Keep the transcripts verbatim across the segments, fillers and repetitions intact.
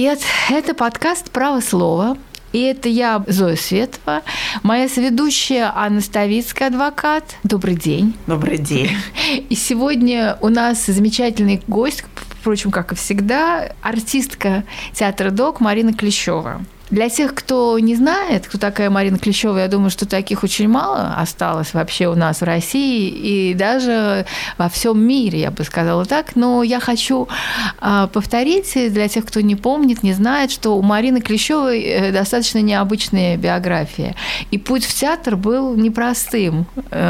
Привет! Это подкаст «Право слова». И это я, Зоя Светова, моя соведущая Анна Ставицкая, адвокат. Добрый день. Добрый день. И сегодня у нас замечательный гость, впрочем, как и всегда, артистка театра ДОК Марина Клещева. Для тех, кто не знает, кто такая Марина Клещева, я думаю, что таких очень мало осталось вообще у нас в России и даже во всем мире, я бы сказала так. Но я хочу повторить для тех, кто не помнит, не знает, что у Марины Клещевой достаточно необычная биография. И путь в театр был непростым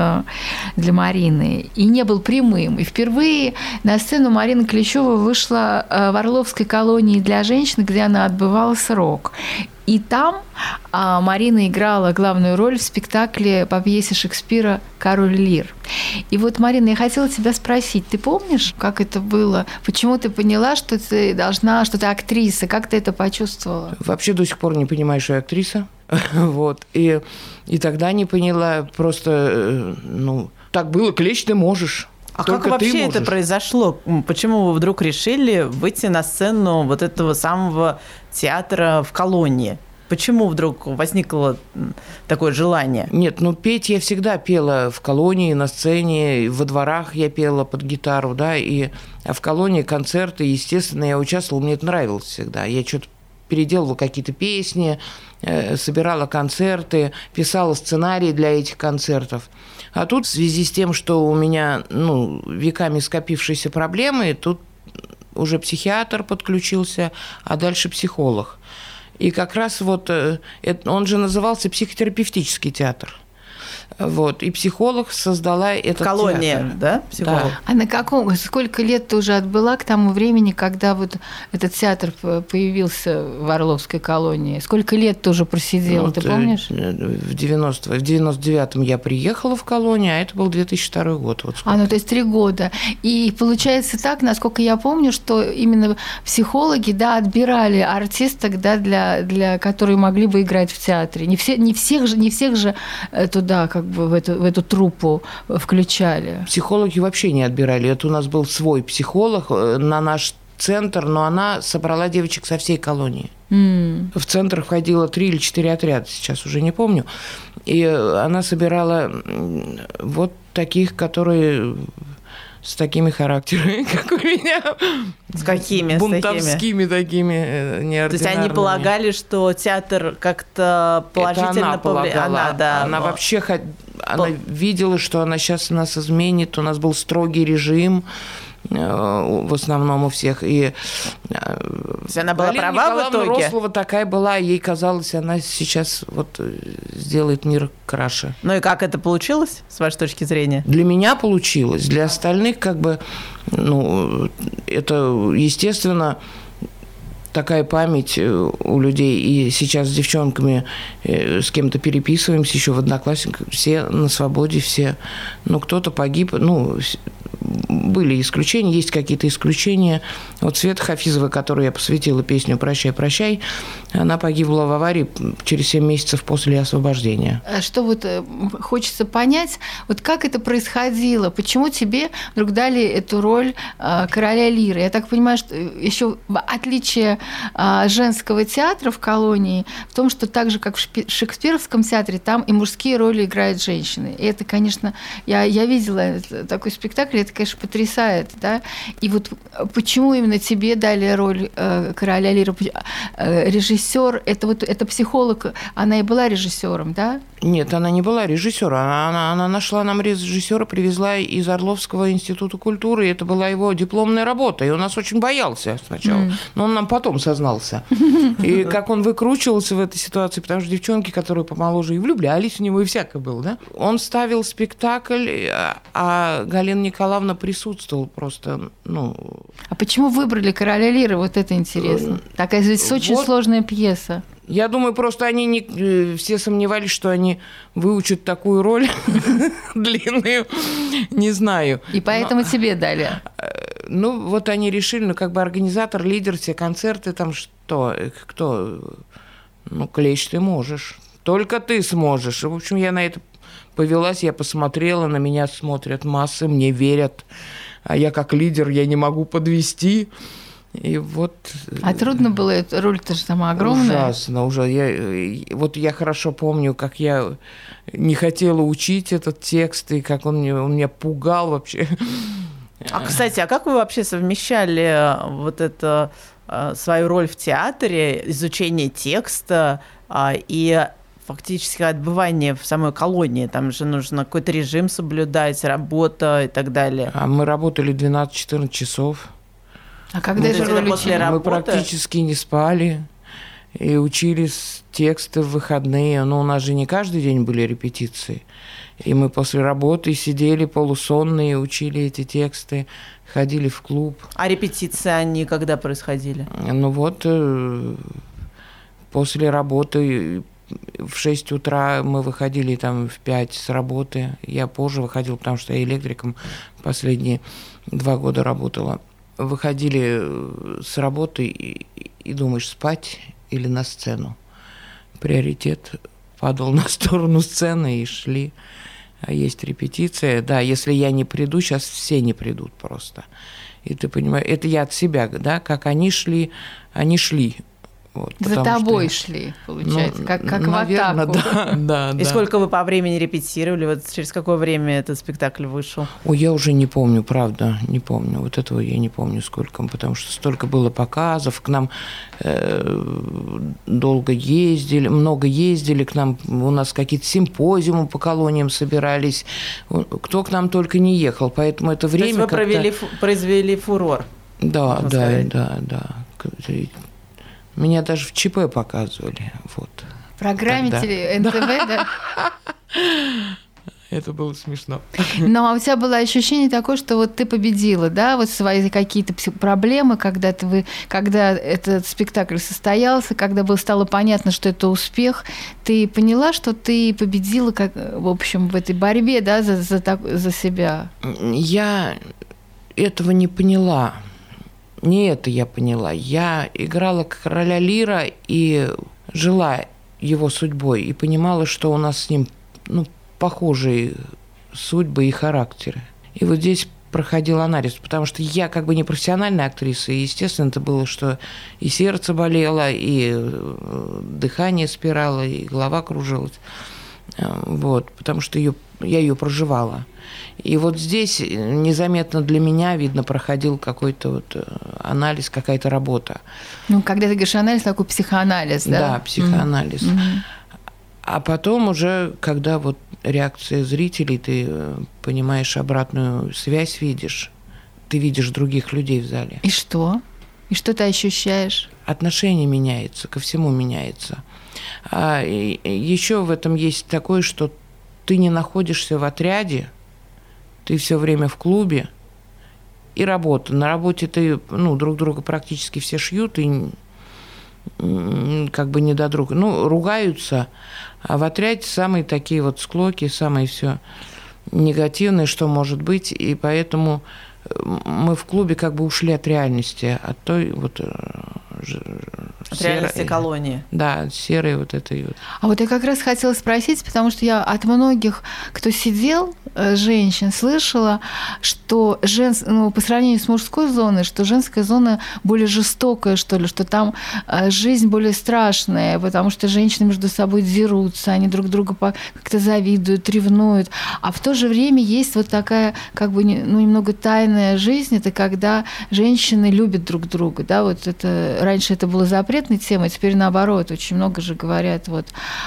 для Марины и не был прямым. И впервые на сцену Марина Клещева вышла в Орловской колонии для женщин, где она отбывала срок. И там а, Марина играла главную роль в спектакле по пьесе Шекспира «Король Лир». И вот, Марина, я хотела тебя спросить, ты помнишь, как это было? Почему ты поняла, что ты должна, что ты актриса? Как ты это почувствовала? Вообще до сих пор не понимаю, что я актриса. Вот. И, и тогда не поняла, просто, ну, так было, клещ ты можешь. А Только как вообще это произошло? Почему вы вдруг решили выйти на сцену вот этого самого театра в колонии? Почему вдруг возникло такое желание? Нет, ну петь я всегда пела в колонии, на сцене, во дворах я пела под гитару, да, и а в колонии концерты, естественно, я участвовала, мне это нравилось всегда. Я что-то переделывала какие-то песни, э, собирала концерты, писала сценарии для этих концертов. А тут в связи с тем, что у меня, ну, веками скопившиеся проблемы, тут уже психиатр подключился, а дальше психолог. И как раз вот он же назывался психотерапевтический театр. Вот. И психолог создала этот колония, театр. Да? Психолог. Да. А на каком, сколько лет ты уже отбыла к тому времени, когда вот этот театр появился в Орловской колонии? Сколько лет ты уже просидела, Ну, ты помнишь? В девяностом, в девяносто девятом я приехала в колонию, а это был две тысячи второй год. Вот а, ну то есть три года. И получается так, насколько я помню, что именно психологи, да, отбирали артисток, да, для, для которые могли бы играть в театре. Не, все, не, всех, же, не всех же туда как бы в эту, в эту труппу включали. Психологи вообще не отбирали. Это у нас был свой психолог на наш центр, но она собрала девочек со всей колонии. Mm. В центр входило три или четыре отряда, сейчас уже не помню. И она собирала вот таких, которые с такими характерами, как у меня. С какими? Бунтовскими такими, неординарными. То есть они полагали, что театр как-то положительно повлиял? Она, да. Она вообще она видела, что она сейчас нас изменит. У нас был строгий режим в основном у всех. И она была Галина права в итоге? Рослова такая была, ей казалось, она сейчас вот сделает мир краше. Ну и как это получилось, с вашей точки зрения? Для меня получилось. Для остальных, как бы, ну, это, естественно, такая память у людей. И сейчас с девчонками с кем-то переписываемся, еще в Одноклассниках. Все на свободе, все. Ну, кто-то погиб, ну, были исключения, есть какие-то исключения. Вот Света Хафизова, которой я посвятила песню «Прощай, прощай», она погибла в аварии через семь месяцев после освобождения. Что вот хочется понять, вот как это происходило, почему тебе вдруг дали эту роль короля Лира? Я так понимаю, что еще отличие женского театра в колонии в том, что так же, как в Шекспировском театре, там и мужские роли играют женщины. И это, конечно, я, я видела такой спектакль, это, конечно, потрясает, да? И вот почему именно тебе дали роль э, короля Лира? Э, режиссер, это вот это психолог, она и была режиссером, да? Нет, она не была режиссером. Она, она, она нашла нам режиссера, привезла из Орловского института культуры, и это была его дипломная работа. И он нас очень боялся сначала, mm. но он нам потом сознался. И как он выкручивался в этой ситуации, потому что девчонки, которые помоложе, и влюблялись в него, и всякое было, да? Он ставил спектакль, а Галина Николаевна присутствовала просто, ну... А почему выбрали короля Лира? Вот это интересно. Такая ведь очень вот. Сложная пьеса. Я думаю, просто они не, все сомневались, что они выучат такую роль длинную, не знаю. И поэтому Но, тебе дали. Ну, вот они решили, ну, как бы организатор, лидер, все концерты, там что, кто, ну, Клещ, ты можешь, только ты сможешь. И, в общем, я на это повелась, я посмотрела, на меня смотрят массы, мне верят, а я как лидер, я не могу подвести. И вот... А трудно было, эта роль-то же сама огромная. Ужасно, уже. Я, вот я хорошо помню, как я не хотела учить этот текст, и как он меня, он меня пугал вообще. А, кстати, а как вы вообще совмещали вот это свою роль в театре, изучение текста и фактически отбывание в самой колонии? Там же нужно какой-то режим соблюдать, работа и так далее. А мы работали двенадцать-четырнадцать часов. А когда Ну, же роль после учили? работы? Мы практически не спали и учились тексты в выходные. Но у нас же не каждый день были репетиции. И мы после работы сидели полусонные, учили эти тексты, ходили в клуб. А репетиции, они когда происходили? Ну вот, после работы в шесть утра мы выходили там в пять с работы. Я позже выходила, потому что я электриком последние два года работала. Выходили с работы и, и думаешь, спать или на сцену. Приоритет падал на сторону сцены и шли. А есть репетиция. Да, если я не приду, сейчас все не придут просто. И ты понимаешь, это я от себя, да, как они шли, они шли. Вот, За тобой что... шли, получается, ну, как, как наверное, в атаку. Да, да, И да. сколько вы по времени репетировали? Вот через какое время этот спектакль вышел? Ой, я уже не помню, правда, не помню. Вот этого я не помню сколько, потому что столько было показов, к нам э, долго ездили, много ездили, к нам у нас какие-то симпозиумы по колониям собирались. Кто к нам только не ехал, поэтому это время... То есть вы провели, фу, произвели фурор? Да, да, сказать. да, да. Меня даже в ЧП показывали. Вот. В программе теле... эн тэ вэ, да? Это было смешно. Ну, а у тебя было ощущение такое, что вот ты победила, да, вот свои какие-то проблемы, когда ты вы, когда этот спектакль состоялся, когда было стало понятно, что это успех, ты поняла, что ты победила, как, в общем, в этой борьбе, да, за, за, за себя? Я этого не поняла. Не это я поняла. Я играла короля Лира и жила его судьбой, и понимала, что у нас с ним, ну, похожие судьбы и характеры. И вот здесь проходил анализ, потому что я как бы не профессиональная актриса, и, естественно, это было, что и сердце болело, и дыхание спирало, и голова кружилась. Вот, потому что ее, я ее проживала. И вот здесь незаметно для меня, видно, проходил какой-то вот анализ, какая-то работа. Ну, когда ты говоришь анализ, такой психоанализ, да? Да, психоанализ. Mm-hmm. А потом уже, когда вот реакция зрителей, ты понимаешь, обратную связь видишь, ты видишь других людей в зале. И что? И что ты ощущаешь? Отношение меняется, ко всему меняется. А еще в этом есть такое, что ты не находишься в отряде, ты все время в клубе, и работа. На работе ты, ну, друг друга практически все шьют, и как бы не до друга. Ну, ругаются, а в отряде самые такие вот склоки, самые все негативные, что может быть, и поэтому мы в клубе как бы ушли от реальности, от той вот... От реальности колонии. Да, серой вот этой вот. А вот я как раз хотела спросить, потому что я от многих, кто сидел, женщин, слышала, что женс... ну, по сравнению с мужской зоной, что женская зона более жестокая, что ли, что там жизнь более страшная, потому что женщины между собой дерутся, они друг друга как-то завидуют, ревнуют. А в то же время есть вот такая, как бы, ну, немного тайная жизнь, это когда женщины любят друг друга, да, вот это... Раньше это было запретной темой, теперь наоборот. Очень много же говорят вот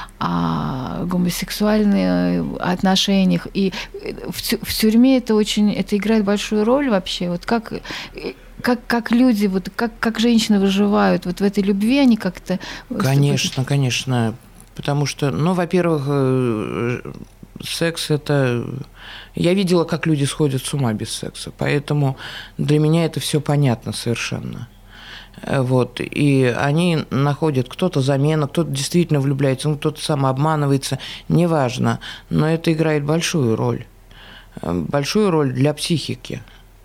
о гомосексуальных отношениях. И в, в тюрьме это очень, это играет большую роль вообще. Вот как, как, как люди, вот как, как женщины выживают вот в этой любви, они как-то... Конечно, конечно. Потому что, ну, во-первых, секс – это... Я видела, как люди сходят с ума без секса, поэтому для меня это все понятно совершенно. Вот, и они находят кто-то замену, кто-то действительно влюбляется, ну, кто-то самообманывается, неважно, но это играет большую роль, большую роль для психики.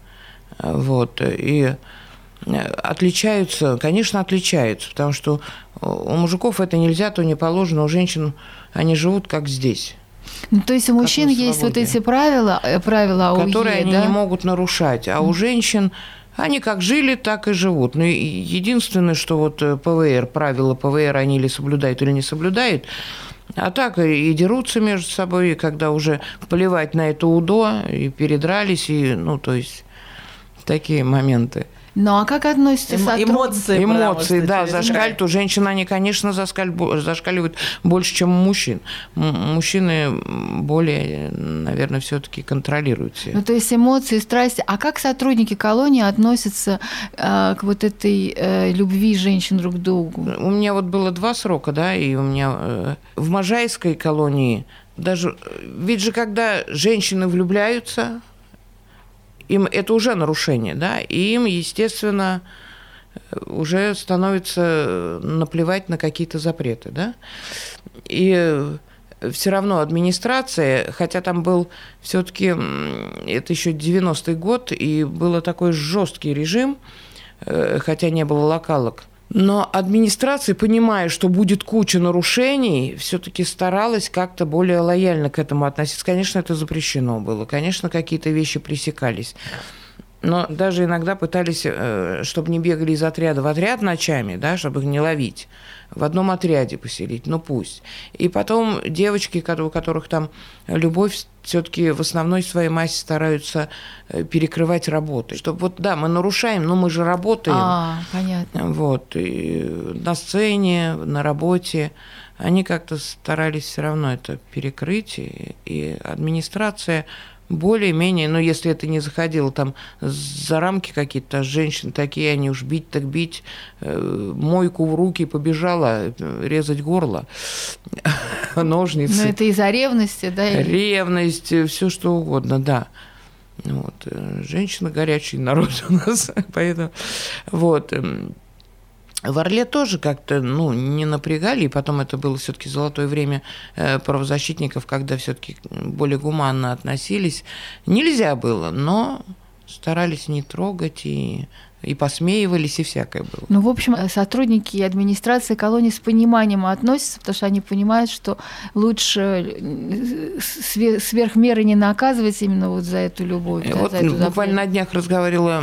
Вот, и отличаются, конечно, отличаются, потому что у мужиков это нельзя, то не положено, у женщин они живут как здесь. Ну, то есть у мужчин есть вот эти правила, правила АОЕ, которые они да? не могут нарушать, а у женщин Они как жили, так и живут. Но единственное, что вот ПВР, правила ПВР, они или соблюдают, или не соблюдают, а так и дерутся между собой, и когда уже плевать на это УДО, и передрались, и, ну, то есть, такие моменты. Ну, а как относятся Эмо- сотрудники? Эмоции. Эмоции, да, через зашкаливают. У женщин они, конечно, заскаль- зашкаливают больше, чем у мужчин. М- Мужчины более, наверное, все-таки контролируют себя. Ну, то есть эмоции, страсти. А как сотрудники колонии относятся э, к вот этой э, любви женщин друг к другу? У меня вот было два срока, да, и у меня э, в Можайской колонии даже... Ведь же, когда женщины влюбляются, им это уже нарушение, да, и им, естественно, уже становится наплевать на какие-то запреты, да. И все равно администрация, хотя там был все-таки, это еще девяностый год, и был такой жесткий режим, хотя не было локалок, но администрация, понимая, что будет куча нарушений, все-таки старалась как-то более лояльно к этому относиться. Конечно, это запрещено было, конечно, какие-то вещи пресекались. Но даже иногда пытались, чтобы не бегали из отряда в отряд ночами, да, чтобы их не ловить, в одном отряде поселить, ну пусть. И потом девочки, у которых там любовь, все-таки в основной своей массе стараются перекрывать работой. Чтобы вот, да, мы нарушаем, но мы же работаем. А, понятно. Вот, и на сцене, на работе. Они как-то старались все равно это перекрыть, и, и администрация более-менее, но если это не заходило там за рамки какие-то, женщины такие, они уж бить так бить, мойку в руки побежала, резать горло, ножницы. Но это из-за ревности, да? Ревность, все что угодно, да. Вот. Женщина горячий народ у нас, поэтому вот. В Орле тоже как-то, ну, не напрягали, и потом это было все-таки золотое время правозащитников, когда все-таки более гуманно относились. Нельзя было, но старались не трогать и, и посмеивались, и всякое было. Ну, в общем, сотрудники и администрации колонии с пониманием относятся, потому что они понимают, что лучше сверх меры не наказывать именно вот за эту любовь. Да, вот за эту буквально на днях разговаривала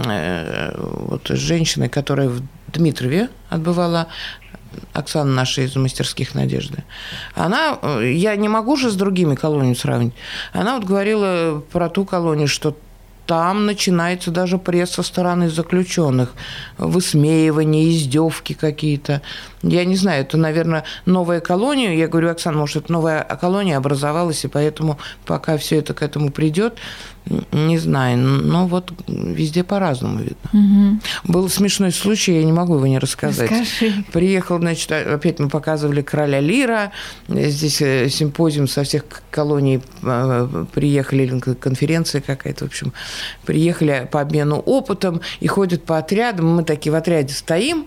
вот с женщиной, которая в Дмитрове отбывала, Оксана наша из мастерских Надежды. Она, я не могу же с другими колониями сравнить, она вот говорила про ту колонию, что там начинается даже пресс со стороны заключенных, высмеивание, издевки какие-то. Я не знаю, это, наверное, новая колония. Я говорю, Оксана, может, это новая колония образовалась, и поэтому пока все это к этому придет, не знаю. Но вот везде по-разному видно. Угу. Был смешной случай, я не могу его не рассказать. Расскажи. Приехал, значит, опять мы показывали «Короля Лира». Здесь симпозиум со всех колоний приехали, конференция какая-то, в общем. Приехали по обмену опытом и ходят по отрядам. Мы такие в отряде стоим,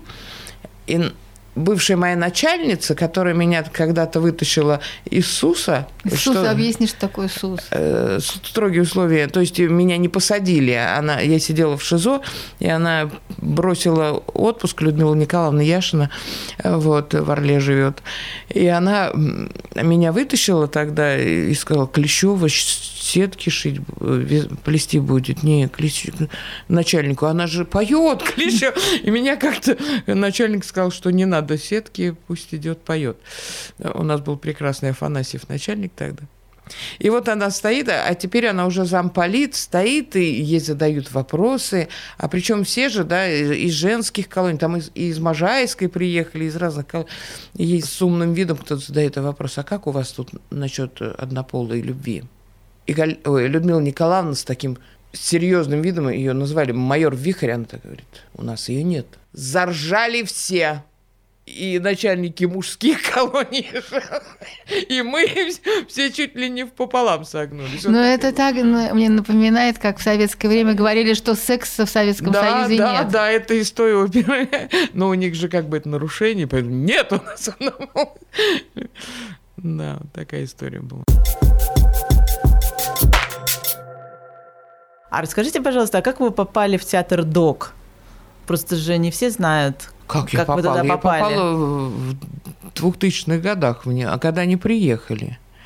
и бывшая моя начальница, которая меня когда-то вытащила из СУСа. СУС, объясни, что такое СУС. Э, строгие условия. То есть меня не посадили. Она, я сидела в ШИЗО, и она бросила отпуск, Людмила Николаевна Яшина, вот, в Орле живет. И она меня вытащила тогда и сказала: Клещева сетки шить, плести будет. Не, Клещ... начальнику. Она же поет, Клещева. И меня как-то начальник сказал, что не надо до сетки, пусть идет, поет. У нас был прекрасный Афанасьев начальник тогда. И вот она стоит, а теперь она уже замполит, стоит, и ей задают вопросы. А причем все же, да, из женских колоний, там из, из Можайской приехали, из разных колоний. И ей с умным видом кто-то задает вопрос: а как у вас тут насчет однополой любви? И Ой, Людмила Николаевна с таким серьезным видом, ее назвали майор Вихрь, она так говорит: у нас ее нет. Заржали все. И начальники мужских колоний, и мы все чуть ли не пополам согнулись. Но это так мне напоминает, как в советское время говорили, что секса в Советском да, Союзе да, нет. Да, да, это история. Но у них же как бы это нарушение, поэтому нет у нас одного. Да, такая история была. А расскажите, пожалуйста, а как вы попали в театр ДОК? Просто же не все знают. Как, как я вы попала? туда попали? Я попала в двухтысячных годах, а когда они приехали.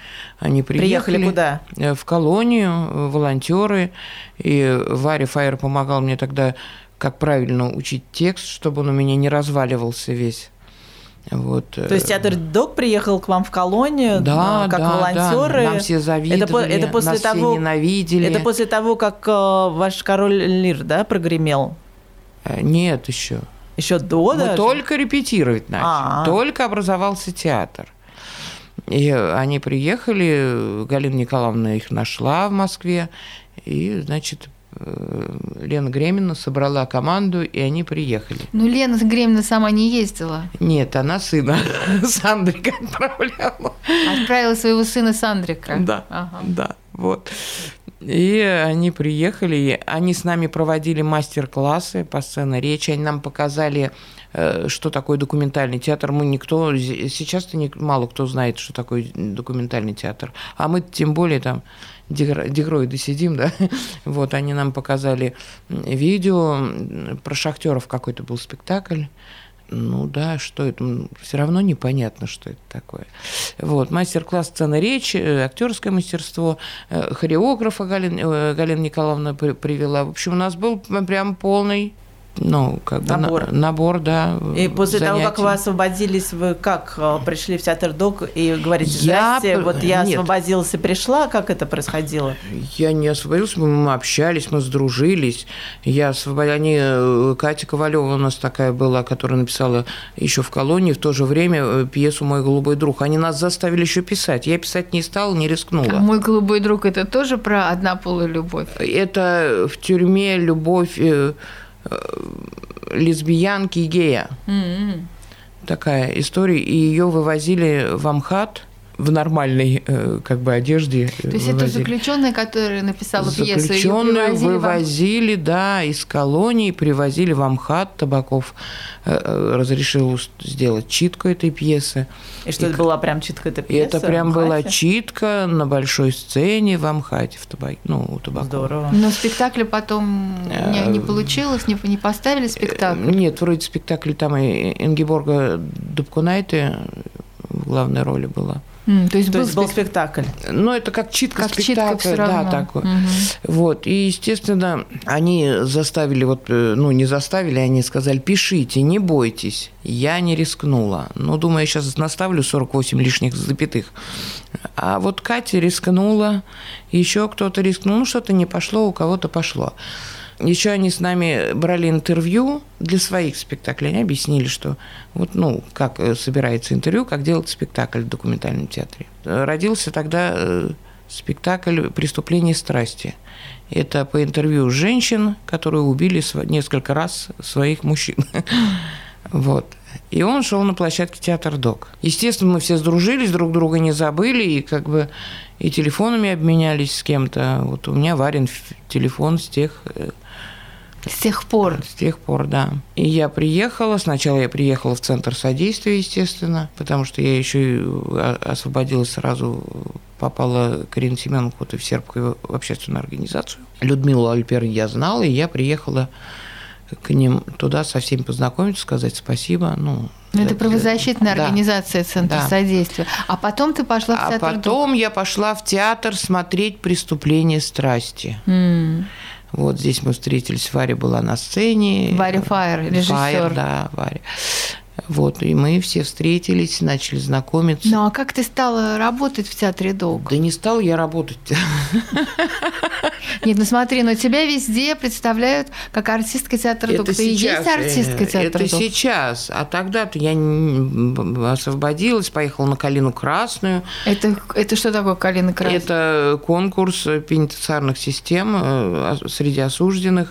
Они приехали. Приехали куда? В колонию, волонтеры. И Варя Фаер помогал мне тогда, как правильно учить текст, чтобы он у меня не разваливался весь. Вот. То есть театр ДОК приехал к вам в колонию, да, как да, волонтеры. Да. Нам все завидовали, это, это после нас того, все ненавидели. Это после того, как э, ваш король Лир, да, прогремел? Нет, еще. Еще до Мы даже? только репетировать начали, А-а. только образовался театр. И они приехали, Галина Николаевна их нашла в Москве, и, значит, Лена Гремина собрала команду, и они приехали. Ну, Лена Гремина сама не ездила. Нет, она сына Сандрика отправляла. Отправила своего сына Сандрика. Да, ага. да, вот. И они приехали, и они с нами проводили мастер-классы по сцене речи, они нам показали, что такое документальный театр. Мы никто, сейчас-то мало кто знает, что такое документальный театр, а мы тем более там дегроиды сидим, да, вот, они нам показали видео, про шахтеров какой-то был спектакль. Ну да, что это? Все равно непонятно, что это такое. Вот, мастер-класс сцены речи, актерское мастерство, хореографа Галина, Галина Николаевна привела. В общем, у нас был прям полный, ну, как бы набор. На, набор, да. И после занятий. того, как вы освободились, вы как пришли в театр ДОК и говорите: здрасте, я... вот я Нет. освободилась и пришла, как это происходило? Я не освободилась, мы общались, мы сдружились. Я освободилась. Они... Катя Ковалева у нас такая была, которая написала еще в колонии в то же время пьесу «Мой голубой друг». Они нас заставили еще писать. Я писать не стала, не рискнула. А «Мой голубой друг» – это тоже про однополую любовь? Это в тюрьме любовь лесбиянки и гея. Mm-hmm. Такая история. И ее вывозили в Амхат в нормальной как бы одежде. То есть вывозили. Это заключенная, которая написала пьесу? Заключенную вывозили, вывозили в... да, из колонии, привозили в Амхат. Табаков разрешил сделать читку этой пьесы. И что и, это была прям читка этой пьесы? Это прям была читка на большой сцене в Амхате, в табаке, ну, у Табакова. Здорово. Но спектакля потом не, не получилось, не, не поставили спектакль? Нет, вроде спектакль там и Ингеборга Дубкунайте в главной роли была. Mm, то есть, то был, есть был спектакль. Ну, это как читка как спектакля, читка да, такой. Угу. Вот. И, естественно, они заставили, вот, ну, не заставили, они сказали: пишите, не бойтесь. Я не рискнула. Ну, думаю, я сейчас наставлю сорок восемь лишних запятых. А вот Катя рискнула, еще кто-то рискнул, ну, что-то не пошло, у кого-то пошло. Еще они с нами брали интервью для своих спектаклей. Они объяснили, что вот, ну, как собирается интервью, как делать спектакль в документальном театре. Родился тогда спектакль «Преступление страсти». Это по интервью женщин, которые убили несколько раз своих мужчин. Вот. И он шел на площадке театр ДОК. Естественно, мы все сдружились, друг друга не забыли, и как бы и телефонами обменялись с кем-то. Вот у меня Варин телефон с тех... С тех пор? С тех пор, да. И я приехала. Сначала я приехала в Центр содействия, естественно, потому что я еще освободилась сразу, попала к Ирине Семеновне в Сербскую общественную организацию. Людмилу Альпер я знала, и я приехала к ним туда со всеми познакомиться, сказать спасибо. Ну, Но это правозащитная да. организация Центр да. содействия. А потом ты пошла в театр А потом ДОК. Я пошла в театр смотреть «Преступление страсти». Mm. Вот здесь мы встретились, Варя была на сцене. Варя Фаер, режиссер. Фаер, да, Варя. Вот, и мы все встретились, начали знакомиться. Ну, а как ты стала работать в театре ДОК? Да не стал я работать. Нет, ну смотри, но тебя везде представляют как артистка театра ДОК. Ты и есть артистка театра ДОК. Это сейчас. А тогда-то я освободилась, поехала на «Калину Красную». Это, это что такое «Калина Красная»? Это конкурс пенитенциарных систем среди осужденных.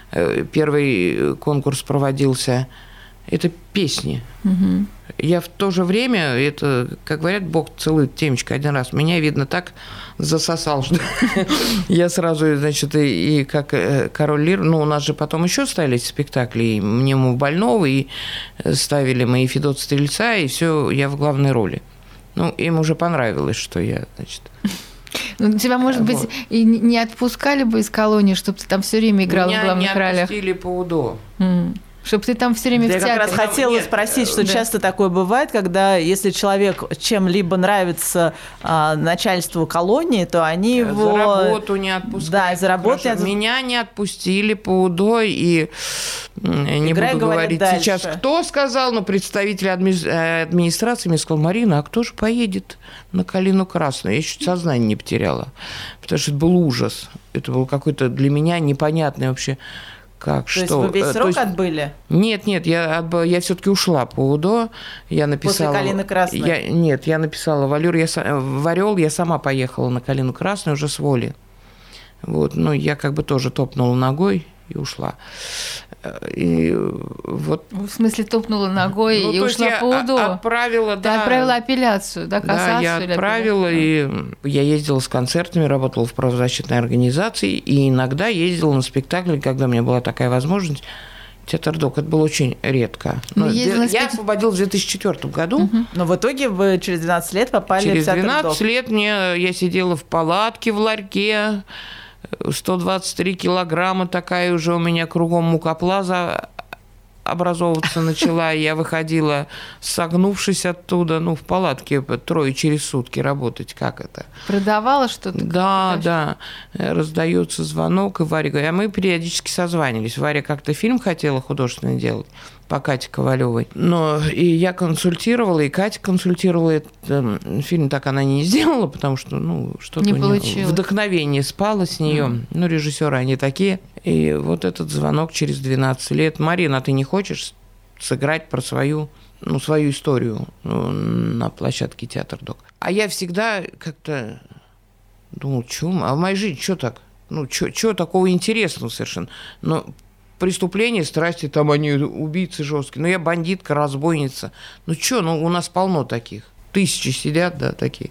Первый конкурс проводился... Это песни. Угу. Я в то же время, это, как говорят, Бог целует темечко один раз. Меня, видно, так засосал, что я сразу, значит, и как король Лир, ну, у нас же потом еще ставили спектакли, и «Мнему больного», и ставили мы и Федота Стрельца, и все, я в главной роли. Ну, им уже понравилось, что я, значит... Ну, тебя, может вот. быть, и не отпускали бы из колонии, чтобы ты там все время играла в главных ролях? Меня не отпустили по УДО. Mm. Чтобы ты там все время Я в театре. как раз хотела Нет, спросить, что да. часто такое бывает, когда если человек чем-либо нравится а, начальству колонии, то они его... За работу не отпускают. Да, за работу не Хорошо. отпускают. Меня не отпустили по УДО, и не Играй, буду говорят, говорить дальше. сейчас, кто сказал, но представитель адми- э, администрации мне сказал: Марина, а кто же поедет на Калину Красную? Я чуть сознание не потеряла, потому что это был ужас. Это был какой-то для меня непонятный вообще... Как, То что? есть вы весь Э, срок то есть- отбыли? Нет, нет, я, отб- я все-таки ушла по УДО. Я написала... После Калины Красной? Я, нет, я написала в Орел, я, са- в Орел, я сама поехала на Калину Красную уже с воли. Вот, ну, я как бы тоже топнула ногой и ушла. И вот... В смысле, топнула ногой Ну, и то есть ушла я по УДО. о- отправила, Ты да. отправила апелляцию, да, кассацию? Да, я или отправила, апелляцию? и я ездила с концертами, работала в правозащитной организации, и иногда ездила на спектакли, когда у меня была такая возможность. Театр Док, это было очень редко. Ну, Но ездила на я спект- освободилась в две тысячи четвёртом году. Но в итоге вы через двенадцать лет попали Через в Театр двенадцать Док. лет мне, я сидела в палатке в ларьке, сто двадцать три килограмма такая уже у меня кругом мукоплаза образовываться начала. Я выходила, согнувшись оттуда, ну, в палатке трое через сутки работать. Как это? Продавала что-то? Да, как-то? да. Раздается звонок, и Варя говорит, а мы периодически созванивались. Варя как-то фильм хотела художественный делать по Кате Ковалевой. Но и я консультировала, и Катя консультировала. Этот э, фильм так она не сделала, потому что, ну, что-то Не у неё получилось. вдохновение спало с нее. Mm. Ну, режиссеры они такие. И вот этот звонок через двенадцать лет. Марина, а ты не хочешь сыграть про свою, ну, свою историю ну, на площадке Театр Док? А я всегда как-то думал, что, а в моей жизни что так? Ну, что такого интересного совершенно? Но преступления, страсти, там они убийцы жесткие. Ну, я бандитка, разбойница. Ну, что, ну, у нас полно таких. Тысячи сидят, да, такие.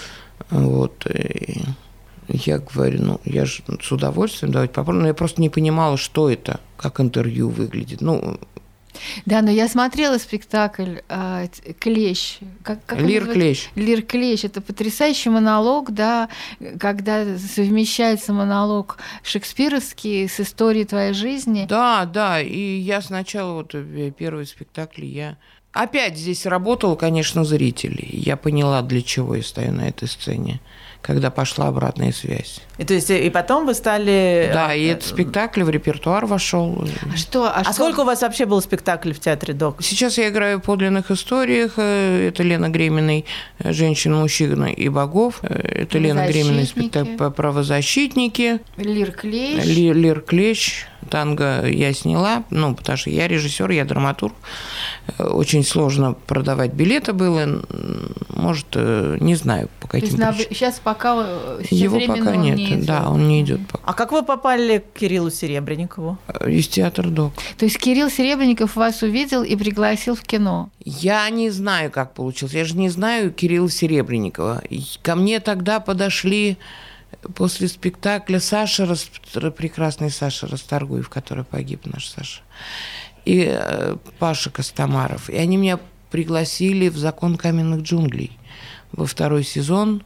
Вот. И я говорю, ну, я же с удовольствием давайте попробуем. Но я просто не понимала, что это, как интервью выглядит. Ну, Да, но я смотрела спектакль а, т- «Клещ». Как, как он Лир называется? Клещ. «Лир Клещ». Это потрясающий монолог, да, когда совмещается монолог шекспировский с историей твоей жизни. Да, да, и я сначала, вот э, первый спектакль, я опять здесь работала, конечно, зрителей. Я поняла, для чего я стою на этой сцене, когда пошла обратная связь. И, то есть, и потом вы стали... Да, и этот спектакль в репертуар вошел. А что? А, А что? сколько у вас вообще было спектаклей в Театре Док? Сейчас я играю в подлинных историях. э, Это Лена Греминой «Женщина, мужчина и богов». Э, Это Лена Греминой спектакль по «Правозащитники». «Лир Клещ». Ли- Лир Клещ. Танго я сняла, ну, потому что я режиссер, я драматург. Очень сложно продавать билеты было. Может, э, не знаю, по То каким есть на- причинам. сейчас пока э, сейчас Его временно пока он нет. не идет. Да, он не идет пока. А как вы попали к Кириллу Серебренникову? Из Театр Док. То есть Кирилл Серебренников вас увидел и пригласил в кино. Я не знаю, как получилось. Я же не знаю Кирилла Серебренникова. И ко мне тогда подошли после спектакля Саша, Рас- прекрасный Саша Расторгуев, который погиб, наш Саша, и э, Паша Костомаров. И они меня пригласили в «Закон каменных джунглей» во второй сезон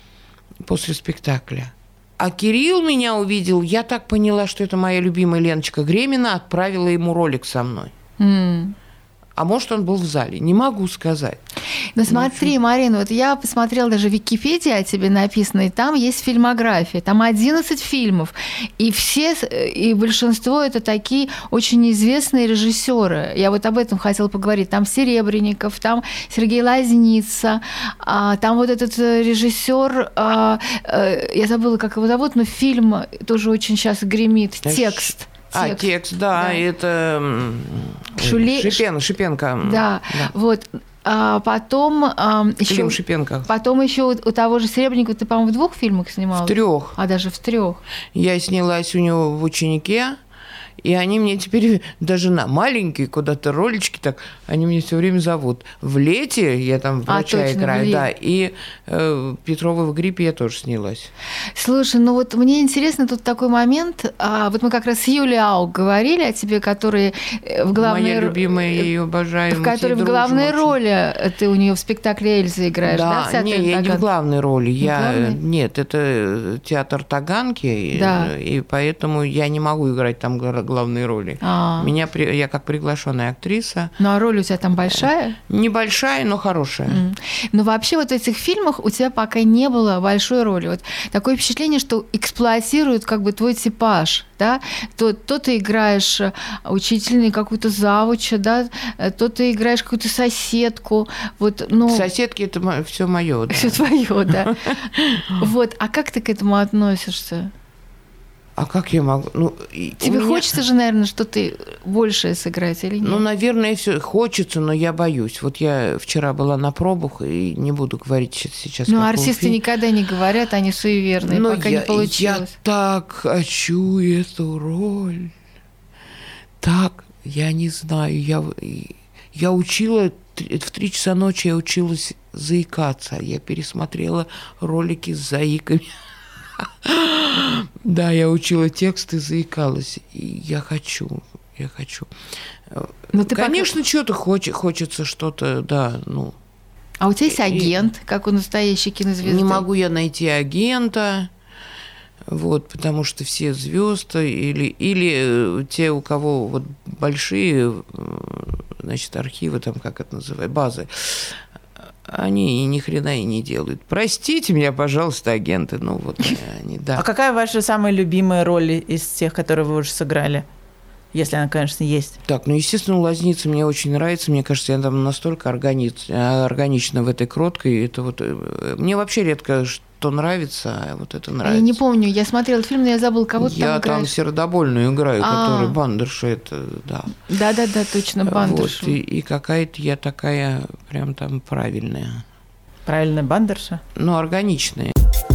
после спектакля. А Кирилл меня увидел, я так поняла, что это моя любимая Леночка Гремина, отправила ему ролик со мной. М. А может, он был в зале, не могу сказать. Ну смотри, Марина, вот я посмотрела даже Википедии о тебе написано, и там есть фильмография, там одиннадцать фильмов, и все, и большинство это такие очень известные режиссеры. Я вот об этом хотела поговорить. Там Серебренников, там Сергей Лазница, а, там вот этот режиссер, а, а, я забыла, как его зовут, но фильм тоже очень сейчас гремит, «Текст». А, текст, да, Да. это м, Шуле- Шипен, Шипенко. Да, вот. А потом а, еще, Клим Шипенко. потом еще у, у того же Серебренникова ты, по-моему, в двух фильмах снималась? В трех. А даже в трех. Я снялась у него в «Ученике», и они мне теперь даже на маленькие куда-то ролички так, они меня все время зовут. В «Лете» я там врача точно, играю, в да, и э, Петрова в «Гриппе» я тоже снялась. Слушай, ну вот мне интересно тут такой момент. А, вот мы как раз с Юлией Аук говорили о тебе, которые в главной Моя ро- любимая, я ее обожаю. в мы которой все в дружим главной очень. роли ты у нее в спектакле Эльзы играешь, да? Да, в не, театре я не в Таганки? главной роли. Я, главной? нет, это театр Таганки, и- Да. и, поэтому я не могу играть там гла- главные роли. А. Меня, я как приглашенная актриса. Ну, а роль у тебя там большая? Небольшая, но хорошая. Mm. Но вообще вот в этих фильмах у тебя пока не было большой роли. Вот такое впечатление, что эксплуатируют как бы твой типаж, да? То, то ты играешь учительной какую-то завуча, да? То ты играешь какую-то соседку. Вот, ну... Соседки – это все мое, да. Все твое, да. Вот, а как ты к этому относишься? А как я могу? Ну, Тебе меня... хочется же, наверное, что-то большее сыграть или нет? Ну, наверное, все хочется, но я боюсь. Вот я вчера была на пробах, и не буду говорить сейчас. Ну, артисты фильм. никогда не говорят, они суеверные, но пока я, не получилось. Я так хочу эту роль. Так, я не знаю. Я, я учила, в три часа ночи я училась заикаться. Я пересмотрела ролики с заиками. Да, я учила текст и заикалась. И я хочу, я хочу. Но ты Конечно, пока... что-то хоч, хочется, что-то, да, ну. А у тебя есть агент, и... как у настоящей кинозвезды? Не могу я найти агента, вот, потому что все звезды или, или те, у кого вот большие, значит, архивы, там, как это называют, базы, они и ни хрена и не делают. Простите меня, пожалуйста, агенты. Ну, вот они, да. А какая ваша самая любимая роль из тех, которые вы уже сыграли? Если она, конечно, есть. Так, ну, естественно, «Лазница» мне очень нравится. Мне кажется, я там настолько органи... органична в этой кроткой. Это вот... Мне вообще редко что нравится, а вот это нравится. Я не помню, я смотрела этот фильм, но я забыла, кого ты я там играешь. Я там сердобольную играю, А-а-а. который бандерша, это, да. Да-да-да, точно, бандерша. Вот, и, и какая-то я такая прям там правильная. Правильная бандерша? Ну, органичная.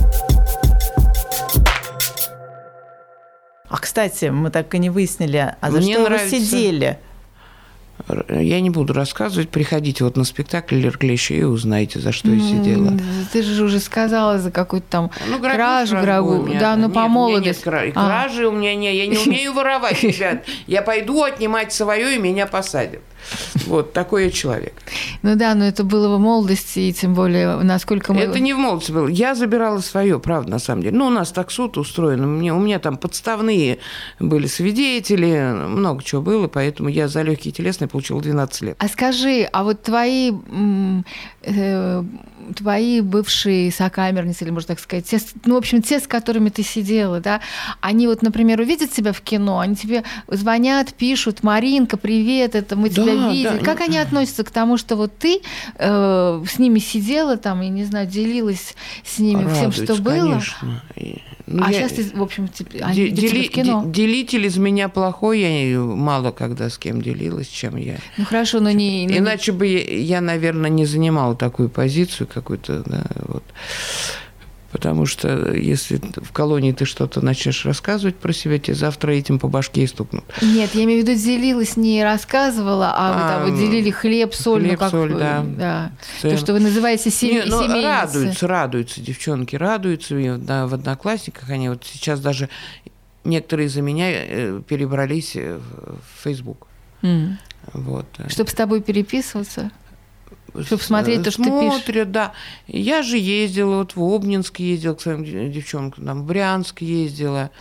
А, кстати, мы так и не выяснили, а за Мне что нравится... вы сидели? Я не буду рассказывать. Приходите вот на спектакль «Лерклещи» и узнаете, за что я сидела. Ты же уже сказала за какую-то там ну, кражу, грабу. Да, ну по молодости. Нет, кражи у меня нет. Я не умею воровать, ребят. Я пойду отнимать свое, и меня посадят. Вот такой я человек. Ну да, но это было в молодости, и тем более, насколько мы... Это не в молодости было. Я забирала свое, правда, на самом деле. Ну, у нас так суд устроен. Мне, у меня там подставные были свидетели, много чего было, поэтому я за легкие телесные получила двенадцать лет. А скажи, а вот твои, э, твои бывшие сокамерницы, или можно так сказать, те, ну, в общем, те, с которыми ты сидела, да, они вот, например, увидят тебя в кино, они тебе звонят, пишут: «Маринка, привет, это мы тебя да, видели». Да. Как они относятся к тому, что вот ты э, с ними сидела, там, я не знаю, делилась с ними Радуются, всем, что было? Конечно. Ну, а я... сейчас ты, в общем, они Де- видят тебя в кино. Делитель из меня плохой, я мало когда с кем делилась, чем я. Ну хорошо, но не... Иначе бы я, я, наверное, не занимала такую позицию какую-то, да, вот. Потому что если в колонии ты что-то начнешь рассказывать про себя, тебе завтра этим по башке и стукнут. Нет, я имею в виду, делилась, не рассказывала, а, а вы там вот делили хлеб, соль. Хлеб, ну, как, соль, да. да. То, что вы называете семь... ну, семейницей. Радуются, радуются, девчонки радуются. И да, в Одноклассниках они вот сейчас даже некоторые из-за меня перебрались в Facebook. Mm. Вот. Чтобы с тобой переписываться? Чтобы смотреть то, что ты пишешь. Смотрят, да. Я же ездила, вот в Обнинск ездила к своим девчонкам, там в Брянск ездила,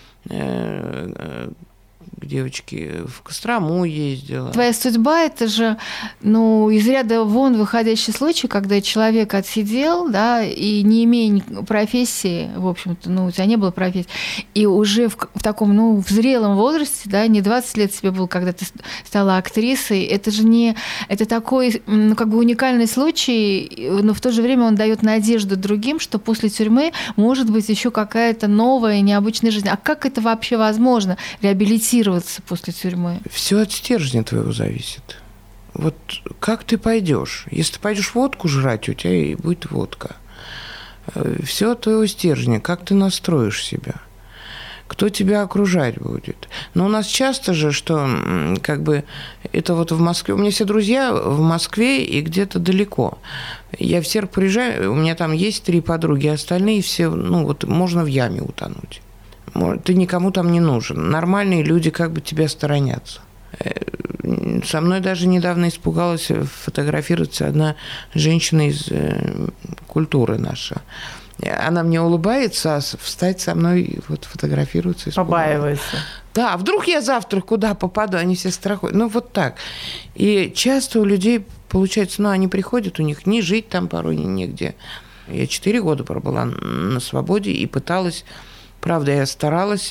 к девочке в Кострому ездила. Твоя судьба – это же, ну, из ряда вон выходящий случай, когда человек отсидел, да, и не имея профессии, в общем-то, ну, у тебя не было профессии, и уже в, в таком, ну, в зрелом возрасте, да, не двадцать лет тебе было, когда ты стала актрисой, это же не, это такой, ну, как бы уникальный случай, но в то же время он дает надежду другим, что после тюрьмы может быть еще какая-то новая, необычная жизнь. А как это вообще возможно, реабилитироваться после тюрьмы? Все от стержня твоего зависит. Вот как ты пойдешь? Если ты пойдешь водку жрать, у тебя и будет водка. Все от твоего стержня. Как ты настроишь себя? Кто тебя окружать будет? Но у нас часто же, что как бы это вот в Москве. У меня все друзья в Москве и где-то далеко. Я в Серг приезжаю, у меня там есть три подруги, остальные все, ну вот можно в яме утонуть. Ты никому там не нужен. Нормальные люди как бы тебя сторонятся. Со мной даже недавно испугалась фотографироваться одна женщина из культуры наша. Она мне улыбается, а встать со мной, вот фотографируется. Побаивается. Да, вдруг я завтра куда попаду, они все страхуют. Ну, вот так. И часто у людей получается, ну, они приходят, у них не жить там порой негде. Я четыре года пробыла на свободе и пыталась, правда, я старалась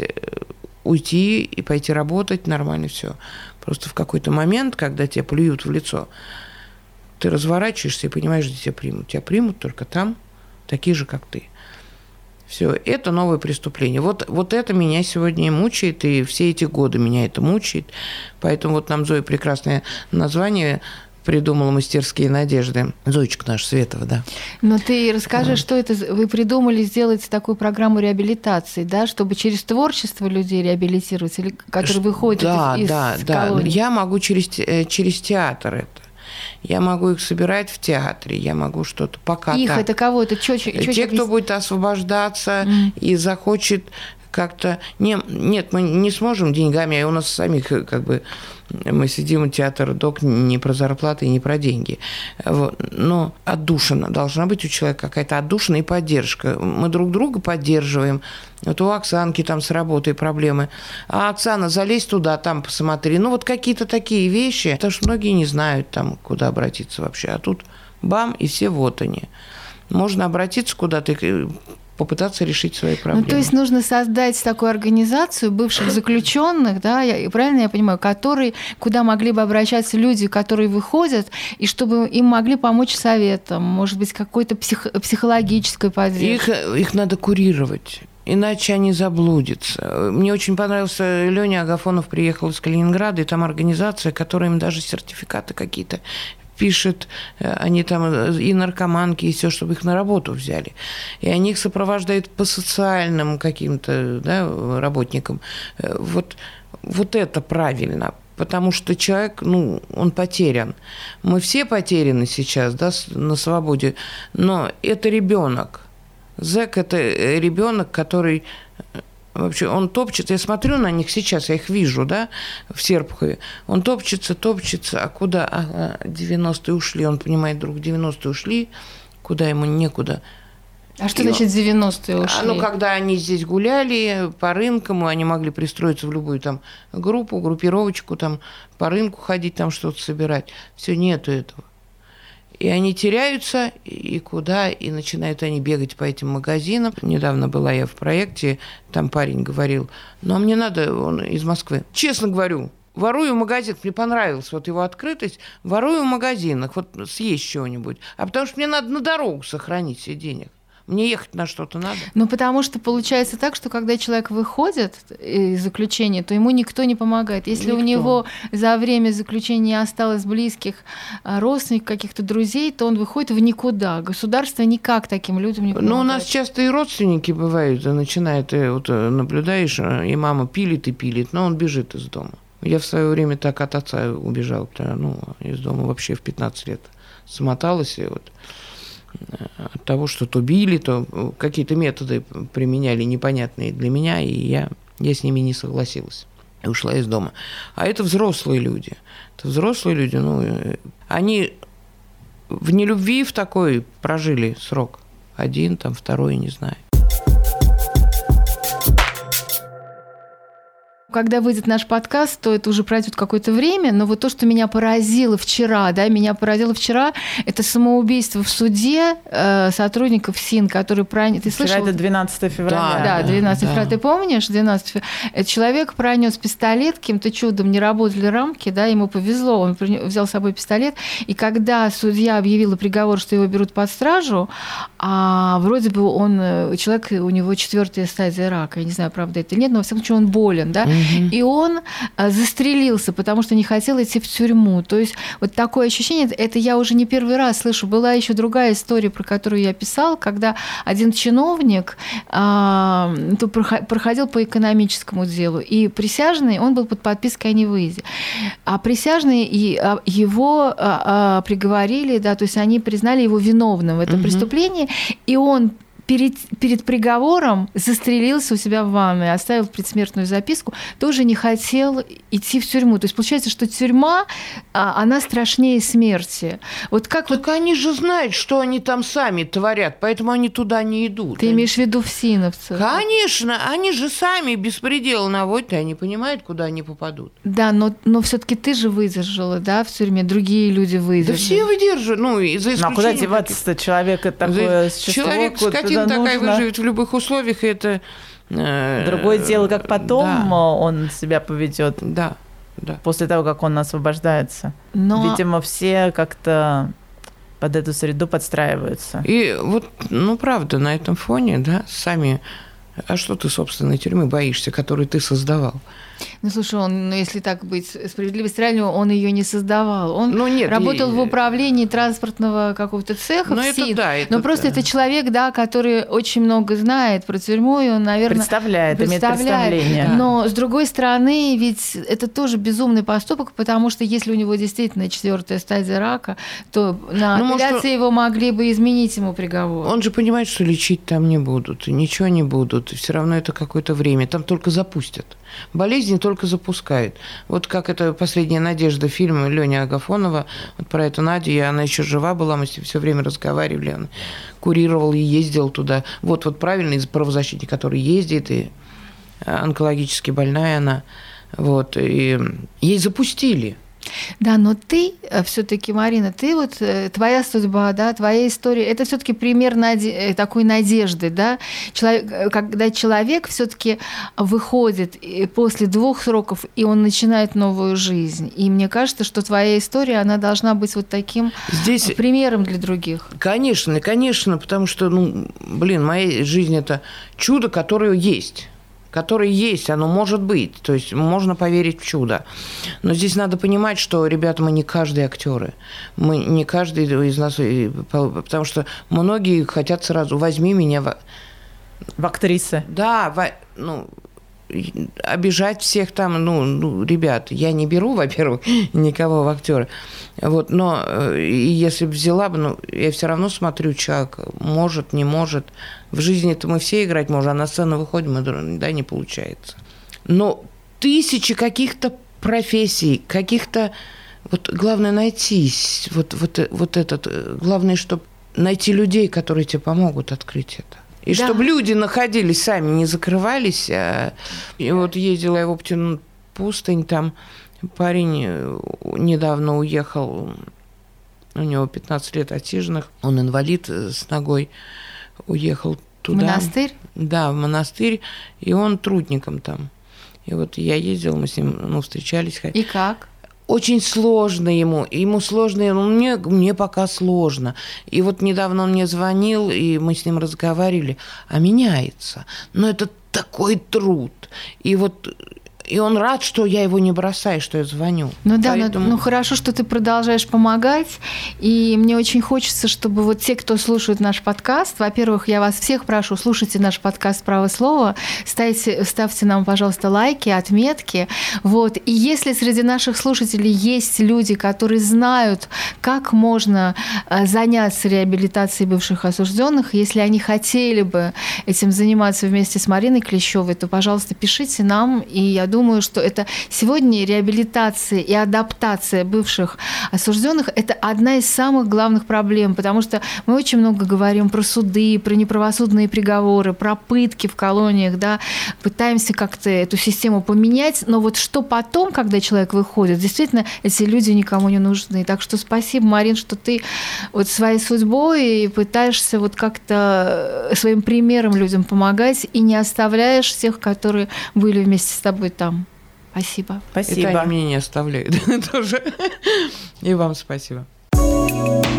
уйти и пойти работать, нормально все. Просто в какой-то момент, когда тебя плюют в лицо, ты разворачиваешься и понимаешь, где тебя примут. Тебя примут только там, такие же, как ты. Все, это новое преступление. Вот, вот это меня сегодня мучает, и все эти годы меня это мучает. Поэтому вот нам Зоя прекрасное название придумала «Мастерские надежды». Зоечка наша Светова, да. Но ты расскажи, Да. что это вы придумали сделать такую программу реабилитации, да, чтобы через творчество людей реабилитировать, или которые выходят да, из, из да, да. колонии? Я могу через, через театр это. Я могу их собирать в театре, я могу что-то пока Их так. это кого? Это чё, чё, чё, Те, кто будет освобождаться mm. и захочет как-то... Не, нет, мы не сможем деньгами, а у нас самих как бы... Мы сидим, театр док не про зарплаты и не про деньги. Вот. Но отдушина. Должна быть у человека какая-то отдушина и поддержка. Мы друг друга поддерживаем. Вот у Оксанки там с работой проблемы. А Оксана, залезь туда, там посмотри. Ну, вот какие-то такие вещи. Потому что многие не знают, там, куда обратиться вообще. А тут бам, и все вот они. Можно обратиться куда-то и попытаться решить свои проблемы. Ну, то есть нужно создать такую организацию бывших заключенных, да, я, правильно я понимаю, которые, куда могли бы обращаться люди, которые выходят, и чтобы им могли помочь советом, может быть, какой-то псих, психологической поддержкой. Их, их надо курировать. Иначе они заблудятся. Мне очень понравился, Лёня Агафонов приехал из Калининграда, и там организация, которая им даже сертификаты какие-то пишет, они там и наркоманки, и все, чтобы их на работу взяли. И они их сопровождают по социальным каким-то, да, работникам. Вот, вот это правильно. Потому что человек, ну, он потерян. Мы все потеряны сейчас, да, на свободе. Но это ребенок. Зэк – это ребенок, который вообще, он топчется. Я смотрю на них сейчас, я их вижу, да, в Серпухове. Он топчется, топчется, а куда? Ага, девяностые ушли. Он понимает, вдруг девяностые ушли, куда ему некуда. А что И значит девяностые ушли? А, ну, когда они здесь гуляли по рынкам, они могли пристроиться в любую там группу, группировочку, там по рынку ходить, там что-то собирать. Все, нету этого. И они теряются, и куда, и начинают они бегать по этим магазинам. Недавно была я в проекте, там парень говорил, ну, а мне надо, он из Москвы. Честно говорю, ворую в магазинах, мне понравилась вот его открытость, ворую в магазинах, вот съесть чего-нибудь. А потому что мне надо на дорогу сохранить себе денег. Мне ехать на что-то надо. Ну, потому что получается так, что когда человек выходит из заключения, то ему никто не помогает. Если никто. У него за время заключения не осталось близких родственников, каких-то друзей, то он выходит в никуда. Государство никак таким людям не помогает. Ну, у нас часто и родственники бывают, начинают, вот наблюдаешь, и мама пилит и пилит, но он бежит из дома. Я в свое время так от отца убежал, ну, из дома вообще в пятнадцать лет смоталась, и вот от того, что то били, то какие-то методы применяли непонятные для меня, и я, я с ними не согласилась. И ушла из дома. А это взрослые люди. Это взрослые люди, ну, они в нелюбви в такой прожили срок. Один, там, второй, не знаю. Когда выйдет наш подкаст, то это уже пройдет какое-то время, но вот то, что меня поразило вчера, да, меня поразило вчера, это самоубийство в суде э, сотрудников СИН, которые пронес... Ты вчера слышал? это двенадцатое февраля. Да, да, двенадцатое февраля. Да. Ты помнишь? двенадцатое февраля. Этот человек пронес пистолет, каким-то чудом не работали рамки, да, ему повезло, он взял с собой пистолет, и когда судья объявила приговор, что его берут под стражу, а вроде бы он, человек, у него четвертая стадия рака, я не знаю, правда это или нет, но во всяком случае он болен, да, и он застрелился, потому что не хотел идти в тюрьму. То есть вот такое ощущение, это я уже не первый раз слышу. Была еще другая история, про которую я писала, когда один чиновник а, проходил по экономическому делу, и присяжный, он был под подпиской о невыезде. А присяжные его приговорили, да, то есть они признали его виновным в этом угу. преступлении, и он перед, перед приговором застрелился у себя в ванной, оставил предсмертную записку, тоже не хотел идти в тюрьму. То есть получается, что тюрьма, она страшнее смерти. Вот как так вот... они же знают, что они там сами творят, поэтому они туда не идут. Ты они... имеешь в виду всиновцев? Конечно, они же сами беспредел наводят, и они понимают, куда они попадут. Да, но, но все-таки ты же выдержала, да, в тюрьме, другие люди выдержали. Да все выдерживают, ну, и за исключением... Ну, а куда деваться-то? Человек это такое существо, человек, скотина такая, нужно... выживет в любых условиях, и это... Другое дело, как потом да. он себя поведет. Да, да. После того, как он освобождается. Но... Видимо, все как-то под эту среду подстраиваются. И вот, ну, правда, на этом фоне, да, сами... А что ты собственной тюрьмы боишься, которую ты создавал? Ну, слушай, он, ну, если так быть справедливости ради, он ее не создавал. Он ну, нет, работал и... в управлении транспортного какого-то цеха ну, в СИД. Да, но просто да. это человек, да, который очень много знает про тюрьму, и он, наверное... Представляет, представляет. имеет представление. Но, с другой стороны, ведь это тоже безумный поступок, потому что если у него действительно четвертая стадия рака, то на ну, апелляции может, его могли бы изменить ему приговор. Он же понимает, что лечить там не будут, ничего не будут. Все равно это какое-то время. Там только запустят. Болезни только запускают. Вот как это «Последняя надежда» фильм Лёни Агафонова, вот про эту Надю, и она еще жива была, мы с ней все время разговаривали, он курировал и ездил туда. Вот, вот правильный правозащитник, который ездит, и онкологически больная она, вот, и ей запустили. Да, но ты все-таки, Марина, ты вот твоя судьба, да, твоя история, это все-таки пример наде- такой надежды, да, человек, когда человек все-таки выходит после двух сроков и он начинает новую жизнь. И мне кажется, что твоя история, она должна быть вот таким Здесь... примером для других. Конечно, конечно, потому что, ну, блин, моя жизнь это чудо, которое есть. Которое есть, оно может быть. То есть можно поверить в чудо. Но здесь надо понимать, что, ребята, мы не каждые актеры. Мы не каждый из нас... Потому что многие хотят сразу «возьми меня в...» В актрисы. Да, в... ну... обижать всех там, ну, ну, ребят, я не беру, во-первых, никого в актеры, вот, но если бы взяла бы, ну, я все равно смотрю, человек может, не может, в жизни-то мы все играть можем, а на сцену выходим, и, да, не получается. Но тысячи каких-то профессий, каких-то, вот, главное найти, вот, вот, вот этот, главное, чтобы найти людей, которые тебе помогут открыть это. И да. чтобы люди находились сами, не закрывались. А... И вот ездила я в Оптину пустынь, там парень недавно уехал, у него пятнадцать лет отсиженных, он инвалид с ногой, уехал туда. В монастырь? Да, в монастырь, и он трудником там. И вот я ездила, мы с ним, ну, встречались. И как? Очень сложно ему, ему сложно, ну, мне, мне пока сложно. И вот недавно он мне звонил, и мы с ним разговаривали, а меняется. Но это такой труд. И вот... И он рад, что я его не бросаю, что я звоню. Ну да, Поэтому... ну, ну хорошо, что ты продолжаешь помогать. И мне очень хочется, чтобы вот те, кто слушает наш подкаст, во-первых, я вас всех прошу, слушайте наш подкаст «Право слова», ставьте, ставьте нам, пожалуйста, лайки, отметки. Вот. И если среди наших слушателей есть люди, которые знают, как можно заняться реабилитацией бывших осужденных, если они хотели бы этим заниматься вместе с Мариной Клещевой, то, пожалуйста, пишите нам, и я думаю, Думаю, что это сегодня реабилитация и адаптация бывших осужденных – это одна из самых главных проблем, потому что мы очень много говорим про суды, про неправосудные приговоры, про пытки в колониях, да, пытаемся как-то эту систему поменять, но вот что потом, когда человек выходит, действительно, эти люди никому не нужны. Так что спасибо, Марин, что ты вот своей судьбой пытаешься вот как-то своим примером людям помогать и не оставляешь тех, которые были вместе с тобой там. Спасибо. Спасибо. Это они меня не оставляют тоже. И вам спасибо.